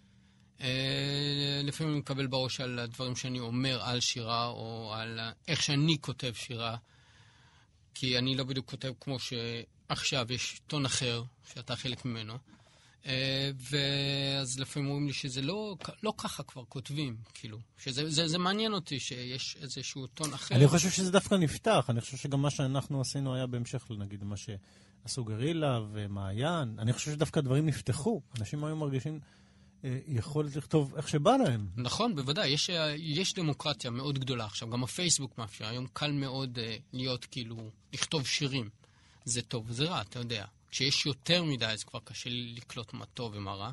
לפעמים אני מקבל בראש על הדברים שאני אומר על שירה, או על איך שאני כותב שירה. כי אני לא בדיוק כותב כמו שעכשיו יש טון אחר, שאתה חלק ממנו. ואז לפעמים אומרים לי שזה לא, לא ככה כבר כותבים, כאילו. שזה, זה, זה מעניין אותי שיש איזשהו טון אחר. אני חושב שזה דווקא נפתח. אני חושב שגם מה שאנחנו עשינו היה בהמשך, נגיד, מה שעשו גרילה ומעיין. אני חושב שדווקא דברים נפתחו. אנשים היו מרגישים יכולת לכתוב איך שבא להם. נכון, בוודאי. יש, יש דמוקרטיה מאוד גדולה עכשיו. גם הפייסבוק מאפשר. היום קל מאוד להיות, כאילו, לכתוב שירים. זה טוב, זה רע, אתה יודע. כשיש יותר מדי, אז כבר קשה לקלוט מה טוב ומה רע.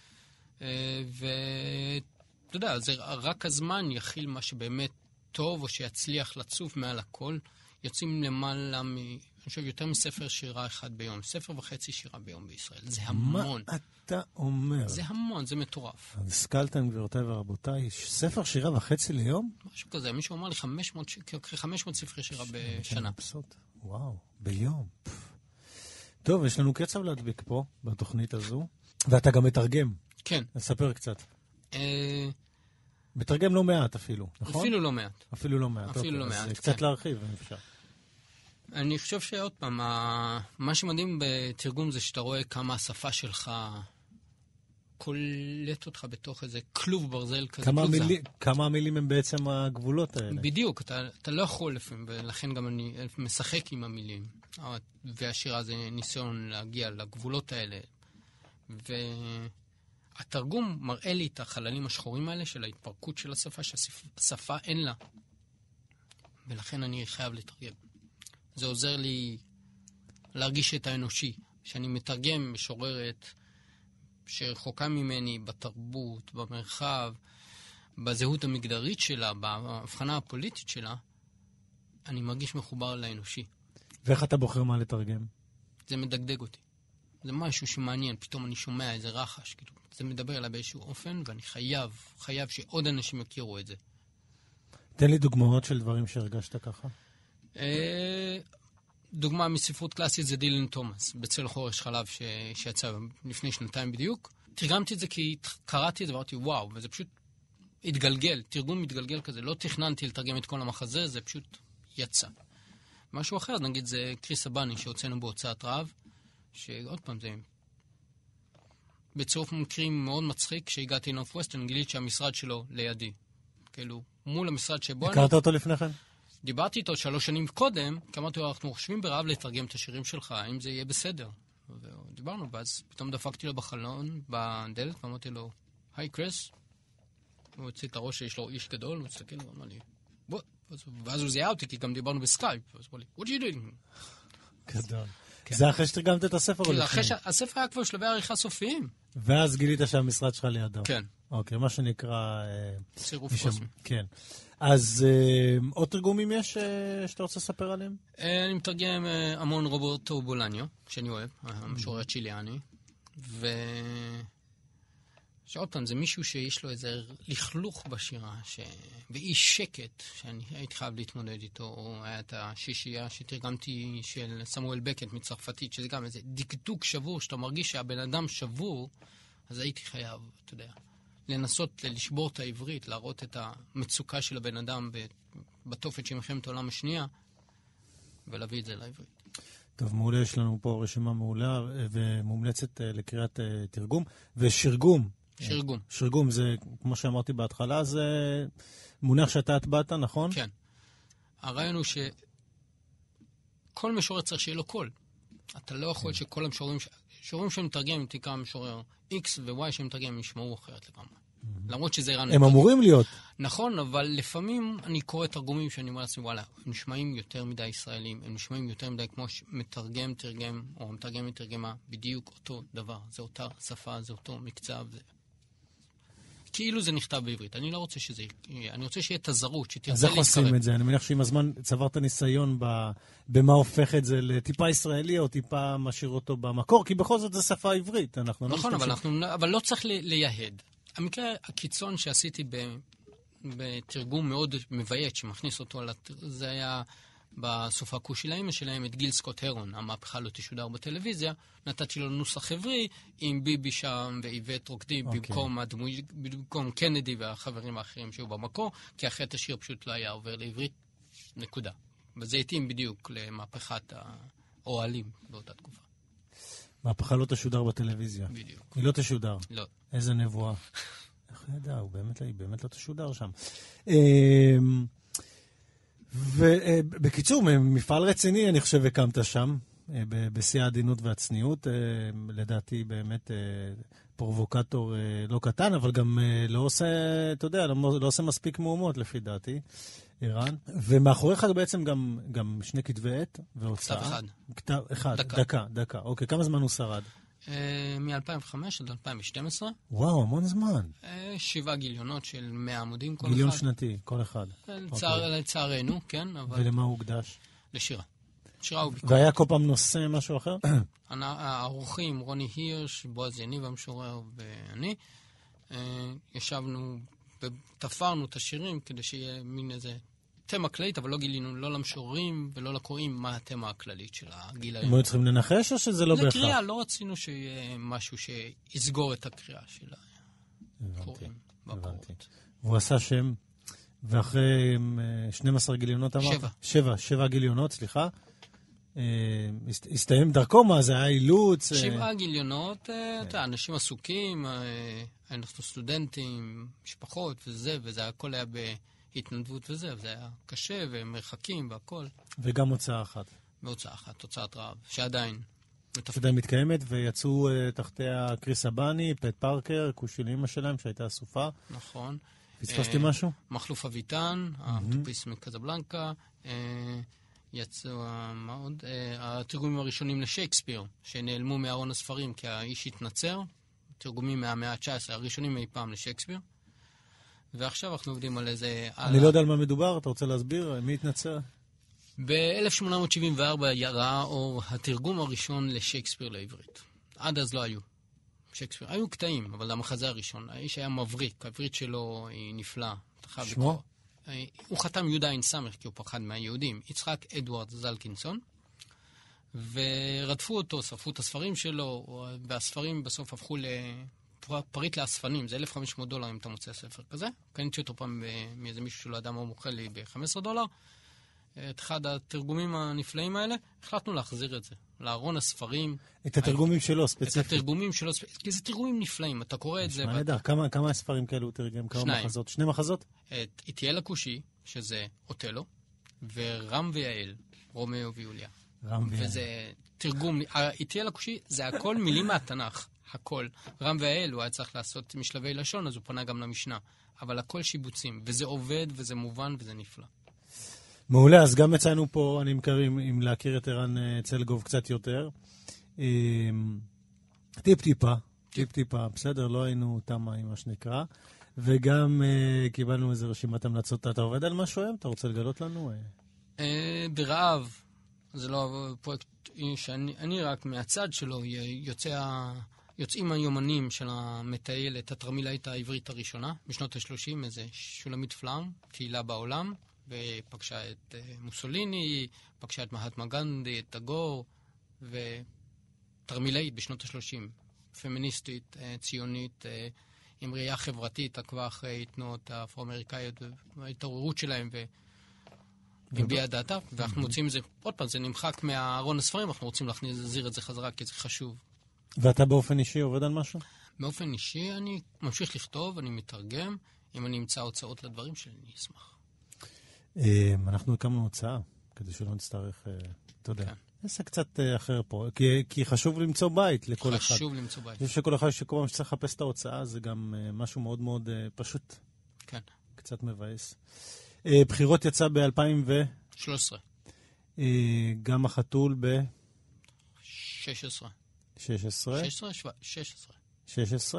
ואתה יודע, זה רק הזמן יכיל מה שבאמת טוב, או שיצליח לצוף מעל הכל. יוצאים למעלה, מ... אני חושב, יותר מספר שירה אחד ביום. ספר וחצי שירה ביום בישראל. זה המון. מה אתה אומר? זה המון, זה מטורף. אז השכלתם, גבירותיי ורבותיי, ספר שירה וחצי ליום? משהו כזה. מישהו אמר לי חמש מאות, חמש מאות ספרי שירה בשנה. וואו, ביום. טוב, יש לנו קצב להדביק פה, בתוכנית הזו. ואתה גם מתרגם. כן. נספר קצת. מתרגם לא מעט אפילו, נכון? אפילו לא מעט. אפילו לא מעט. אפילו לא מעט, כן. קצת להרחיב, אם אפשר. אני חושב שעוד פעם, מה שמדהים בתרגום זה שאתה רואה כמה השפה שלך קולט אותך בתוך איזה כלוב ברזל כזה. כמה, מילי, כמה המילים הם בעצם הגבולות האלה? בדיוק, אתה, אתה לא יכול לפעמים, ולכן גם אני משחק עם המילים. והשירה זה ניסיון להגיע לגבולות האלה. והתרגום מראה לי את החללים השחורים האלה של ההתפרקות של השפה, שהשפה אין לה. ולכן אני חייב לתרגם. זה עוזר לי להרגיש את האנושי. שאני מתרגם משוררת שרחוקה ממני בתרבות, במרחב, בזהות המגדרית שלה, בהבחנה הפוליטית שלה, אני מרגיש מחובר לאנושי. ואיך אתה בוחר מה לתרגם? זה מדגדג אותי. זה משהו שמעניין. פתאום אני שומע איזה רחש. כאילו, זה מדבר אליי באיזשהו אופן, ואני חייב, חייב שעוד אנשים יכירו את זה. תן לי דוגמאות של דברים שהרגשת ככה. דוגמה מספרות קלאסית זה דילן תומאס, בצל חורש חלב ש... שיצא לפני שנתיים בדיוק. תרגמתי את זה כי קראתי את זה ואמרתי וואו, וזה פשוט התגלגל, תרגום מתגלגל כזה. לא תכננתי לתרגם את כל המחזה, זה פשוט יצא. משהו אחר, נגיד, זה קריס הבני שהוצאנו בהוצאת רעב, שעוד פעם זה בצירוף מקרים מאוד מצחיק. כשהגעתי לנוף ווסטרן גיליתי שהמשרד שלו לידי, כאילו מול המשרד שבו הכרת אותו לפני כן? דיברתי איתו שלוש שנים קודם, כי אמרתי לו, אנחנו חושבים ברעב לתרגם את השירים שלך, האם זה יהיה בסדר? ודיברנו, ואז פתאום דפקתי לו בחלון, בדלת, ואמרתי לו, היי קריס. הוא הוציא את הראש שיש לו איש גדול, הוא הסתכל, הוא אמר לי, בוא. ואז הוא זיהה אותי, כי גם דיברנו בסקייפ. אז הוא אמר לי, what are you doing? גדול. זה אחרי שתרגמת את הספר? אחרי שהספר היה כבר שלבי עריכה סופיים. ואז גילית שהמשרד שלך לידו. כן. אוקיי, מה שנקרא... צירוף קוסמי. כן. אז אה, עוד תרגומים יש אה, שאתה רוצה לספר עליהם? אה, אני מתרגם אה, המון רוברטו בולניו, שאני אוהב, המשורר הצ'יליאני, ו... שעוד פעם, זה מישהו שיש לו איזה לכלוך בשירה, ש... ואי שקט, שאני הייתי חייב להתמודד איתו, או היה את השישייה שתרגמתי של סמואל בקט מצרפתית, שזה גם איזה דקדוק שבור, שאתה מרגיש שהבן אדם שבור, אז הייתי חייב, אתה יודע, לנסות לשבור את העברית, להראות את המצוקה של הבן אדם בתופת של מלחמת העולם השנייה, ולהביא את זה לעברית. טוב, מעולה, יש לנו פה רשימה מעולה ומומלצת לקריאת תרגום, ושרגום. שרגום. שרגום זה, כמו שאמרתי בהתחלה, זה מונח שאתה הטבעת, נכון? כן. הרעיון הוא שכל משורר צריך שיהיה לו קול. אתה לא יכול שכל המשוררים, משוררים שמתרגם, אם תקרא משורר X ו-Y שמתרגם, ישמעו אחרת לגמרי. למרות שזה אירן... הם אמורים להיות. נכון, אבל לפעמים אני קורא תרגומים שאני אומר לעצמי, וואלה, הם נשמעים יותר מדי ישראלים, הם נשמעים יותר מדי כמו שמתרגם, תרגם, או מתרגם, מתרגמה, בדיוק אותו דבר. זה אותה שפה, זה אותו מקצב, זה... כאילו זה נכתב בעברית. אני לא רוצה שזה... אני רוצה שיהיה תזרות, שתרצה להתקרב. אז איך עושים את זה? אני מניח שעם הזמן צברת ניסיון במה הופך את זה לטיפה ישראלי, או טיפה משאיר אותו במקור, כי בכל זאת זה שפה עברית. נכון, אבל לא צריך לייהד. המקרה הקיצון שעשיתי בתרגום מאוד מבייט, שמכניס אותו, זה היה בסוף הכוש של האמא שלהם, את גיל סקוט הרון, המהפכה לא תשודר בטלוויזיה, נתתי לו נוסח עברי, עם ביבי שם ואיבט רוקדי, okay. במקום, הדמוי, במקום קנדי והחברים האחרים שהיו במקור, כי אחרת השיר פשוט לא היה עובר לעברית, נקודה. וזה התאים בדיוק למהפכת האוהלים באותה תקופה. מהפכה לא תשודר בטלוויזיה. בדיוק. היא לא תשודר. לא. איזה נבואה. איך ידע, הוא באמת, היא באמת לא תשודר שם. ובקיצור, מפעל רציני, אני חושב, הקמת שם, בשיא העדינות והצניעות. לדעתי, באמת פרובוקטור לא קטן, אבל גם לא עושה, אתה יודע, לא עושה מספיק מהומות, לפי דעתי. איראן. ומאחוריך בעצם גם, גם שני כתבי עת והוצאה. כתב אחד. כתב אחד. דקה. דקה, דקה. אוקיי, כמה זמן הוא שרד? מ-אלפיים וחמש עד אלפיים ושתים עשרה. וואו, המון זמן. שבעה גיליונות של מאה עמודים כל גיליון אחד. גיליון שנתי, כל אחד. לצערנו, כן. ולמה הוא הוקדש? לשירה. שירה הוא ביקורת. והיה כל פעם נושא משהו אחר? האורחים, רוני הירש, בועז יניב המשורר ואני, ישבנו ותפרנו את השירים כדי שיהיה מין איזה תמה כללית, אבל לא גילינו לא למשוררים ולא לקוראים מה התמה הכללית של הגיל היום. הם היו צריכים לנחש או שזה לא בהכרח? לקריאה, לא רצינו שיהיה משהו שיסגור את הקריאה של הקוראים בקורות. והוא עשה שם, ואחרי שנים עשר גיליונות אמרת? שבע. שבע, שבע גיליונות, סליחה. הסתיים דרכו, מה זה היה אילוץ? שבעה גיליונות, אנשים עסוקים, אנחנו סטודנטים, משפחות וזה, וזה הכל היה בהתנדבות וזה, וזה היה קשה ומרחקים והכל. וגם הוצאה אחת. והוצאה אחת, הוצאת רעב, שעדיין שעדיין מתקיימת, ויצאו תחתיה קריס אבני, פט פארקר, כושי לאמא שלהם שהייתה אסופה. נכון. פספסתי משהו? מחלוף אביטן, הטופיס מקזבלנקה, יצאו מה עוד? התרגומים הראשונים לשייקספיר, שנעלמו מארון הספרים כי האיש התנצר, תרגומים מהמאה ה-תשע עשרה, הראשונים אי פעם לשייקספיר. ועכשיו אנחנו עובדים על איזה... אני לא יודע על מה מדובר, אתה רוצה להסביר? מי התנצר? ב-אלף שמונה מאות שבעים וארבע ראה אור התרגום הראשון לשייקספיר לעברית. עד אז לא היו. שייקספיר. היו קטעים, אבל המחזה הראשון. האיש היה מבריק, העברית שלו היא נפלאה. שמו? הוא חתם יהודה אין סמך, כי הוא פחד מהיהודים. יצחק אדוארד זלקינסון. ורדפו אותו, שרפו את הספרים שלו, והספרים בסוף הפכו לפריט לאספנים. זה אלף וחמש מאות דולר אם אתה מוצא ספר כזה. קניתי אותו פעם מאיזה מישהו שלא ידע מה הוא מוכר לי ב-חמישה עשר דולר. את אחד התרגומים הנפלאים האלה, החלטנו להחזיר את זה. לארון הספרים. את התרגומים שלו ספציפית. את התרגומים שלו ספציפית. כי זה תרגומים נפלאים, אתה קורא את זה. מה נדע, כמה הספרים כאלו הוא תרגם? כמה מחזות? שני מחזות? את איטיאל הכושי, שזה אוטלו, ורם ויעל, רומאו ויוליה. רם ויעל. וזה תרגום, איטיאל הכושי זה הכל מילים מהתנ"ך. הכל. רם ויעל הוא היה צריך לעשות משלבי לשון, אז הוא פנה גם למשנה. אבל הכל שיבוצים, וזה עובד, וזה מובן, וזה נפלא. מעולה, אז גם יצאנו פה, אני מקווה, אם להכיר את ערן צלגוב קצת יותר. טיפ-טיפה, טיפ-טיפה, בסדר, לא היינו תמה עם מה שנקרא. וגם uh, קיבלנו איזה רשימת המלצות. אתה עובד על משהו היום? אתה רוצה לגלות לנו? Uh, ברעב. זה לא פרויקט שאני אני רק מהצד שלו יוצא, יוצאים היומנים של המטיילת התרמילאית העברית הראשונה בשנות ה-שלושים, איזה שולמית פלאם, קהילה בעולם, ופגשה את uh, מוסוליני, פגשה את מהטמה גנדי, את טאגור, ותרמילאית בשנות ה-שלושים, פמיניסטית, uh, ציונית, uh, עם ראייה חברתית, עקבה אחרי תנועות האפרו-אמריקאיות וההתעוררות שלהם ו... הביעה דעתה, ואנחנו מוצאים את זה, עוד פעם, זה נמחק מהארון הספרים, אנחנו רוצים להחזיר את זה חזרה, כי זה חשוב. ואתה באופן אישי עובד על משהו? באופן אישי אני ממשיך לכתוב, אני מתרגם, אם אני אמצא הוצאות לדברים שלי, אני אשמח. אנחנו הקמנו הוצאה, כדי שלא נצטרך, אתה יודע, נעשה קצת אחר פה, כי חשוב למצוא בית לכל אחד. חשוב למצוא בית. אני חושב שכל אחד שכל פעם שצריך לחפש את ההוצאה, זה גם משהו מאוד מאוד פשוט. כן. קצת מבאס. בחירות יצא ב-אלפיים ושלוש עשרה. גם החתול ב... שש עשרה. שש עשרה? שש עשרה? שש עשרה. שש עשרה.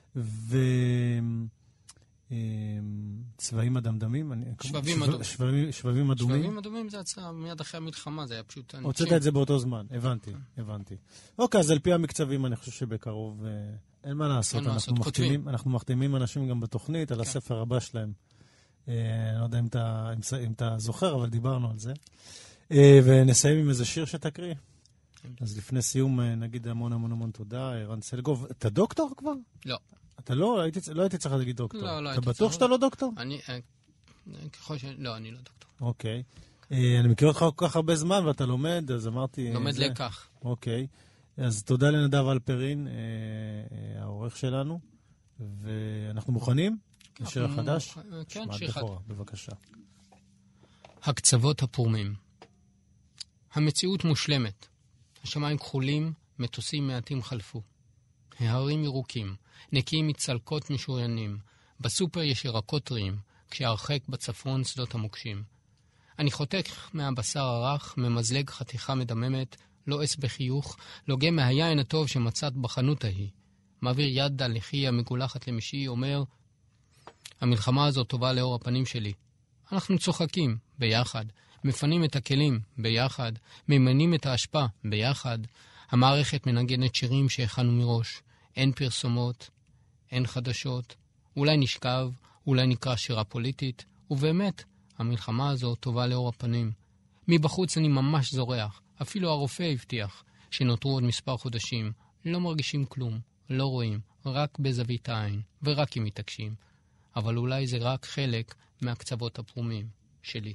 וצבעים אדמדמים? שבבים אדומים. שבבים אדומים? שבבים אדומים זה יצא מיד אחרי המלחמה, זה היה פשוט... הוצאת את זה באותו זמן, הבנתי, הבנתי. אוקיי, אז על פי המקצבים אני חושב שבקרוב אין מה לעשות. אנחנו מחתימים אנשים גם בתוכנית על הספר הבא שלהם. אני לא יודע אם אתה, אם אתה זוכר, אבל דיברנו על זה. ונסיים עם איזה שיר שתקריא. אז לפני סיום נגיד המון המון המון תודה, ערן סלגוב. אתה דוקטור כבר? לא. אתה לא, לא הייתי צריך להגיד דוקטור. לא, לא. אתה בטוח שאתה לא דוקטור? אני, ככל ש... לא, אני לא דוקטור. אוקיי. אני מכיר אותך כל כך הרבה זמן ואתה לומד, אז אמרתי... לומד לקח. אוקיי. אז תודה לנדב אלפרין, העורך שלנו, ואנחנו מוכנים? השיר החדש? כן, שיר חדש. בבקשה. הקצוות הפורמים. המציאות מושלמת. השמיים כחולים, מטוסים מעטים חלפו. ההרים ירוקים, נקיים מצלקות משוריינים. בסופר יש ירקות טריים, כשהרחק בצפון שדות המוקשים. אני חותק מהבשר הרך, ממזלג חתיכה מדממת, לא אס בחיוך, לוגה מהיין הטוב שמצאת בחנות ההיא. מעביר יד על לחי המגולחת למשי, אומר... המלחמה הזאת טובה לאור הפנים שלי. אנחנו צוחקים ביחד, מפנים את הכלים ביחד, ממנים את ההשפעה ביחד. המערכת מנגנת שירים שהכנו מראש. אין פרסומות, אין חדשות. אולי נשכב, אולי נקרא שירה פוליטית. ובאמת, המלחמה הזאת טובה לאור הפנים. מבחוץ אני ממש זורח. אפילו הרופא הבטיח שנותרו עוד מספר חודשים. לא מרגישים כלום, לא רואים, רק בזווית העין, ורק אם מתעקשים. אבל אולי זה רק חלק מהקצוות הפרומים שלי.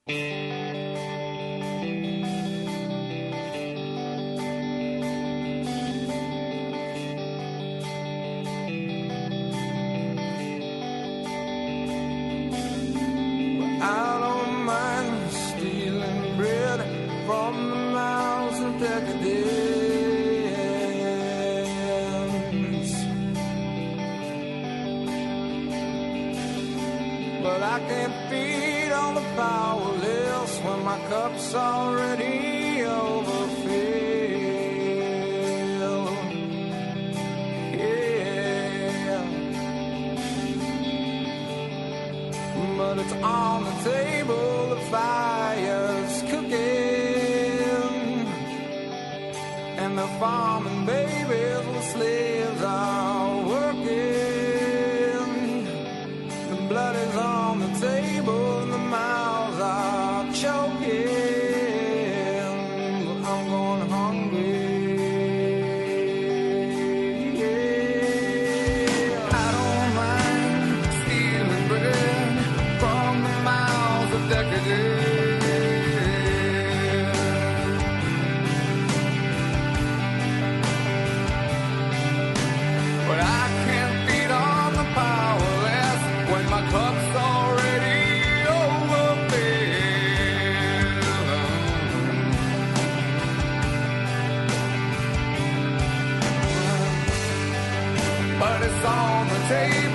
I don't mind stealing bread from the mouths of decadence, but I can't feed all the powerless when my cup's already overfilled. Yeah, but it's on the table, the fire's cooking, and the farming babies and slaves are working. The blood is on the table and the mouths are choking. I'm going hungry. Yeah. I don't mind stealing bread from the mouths of decadence, but I can't feed on the powerless when my cup's already overfilled. But it's on the table.